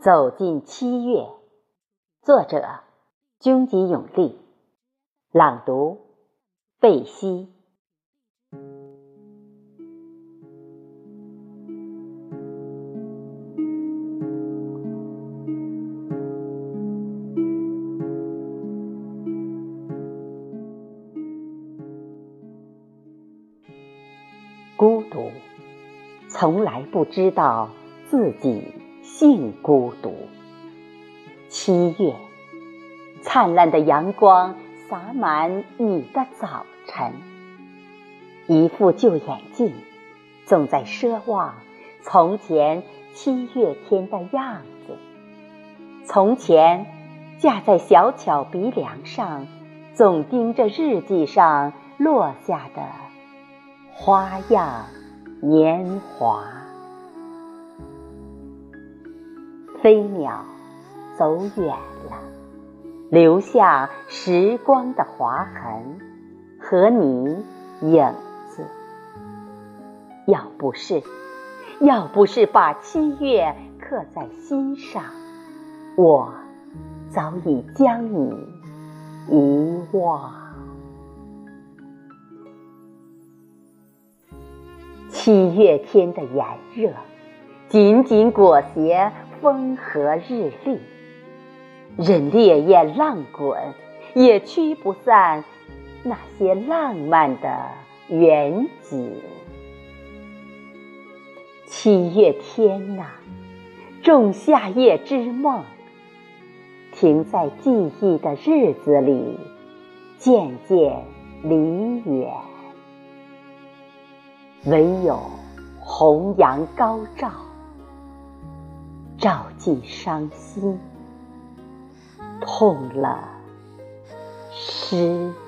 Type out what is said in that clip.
走进7月，作者军吉永利，朗读贝西。孤独，从来不知道自己姓孤独。7月，灿烂的阳光洒满你的早晨，一副旧眼镜，总在奢望从前7月天的样子。从前，架在小巧鼻梁上，总盯着日记上落下的花样年华。飞鸟走远了，留下时光的划痕和你影子。要不是把7月刻在心上，我早已将你遗忘。7月天的炎热，紧紧裹挟风和日丽，任烈焰浪滚，也驱不散那些浪漫的远景。7月天啊，仲夏夜之梦，停在记忆的日子里，渐渐离远。唯有红阳高照，照尽伤心，痛了诗。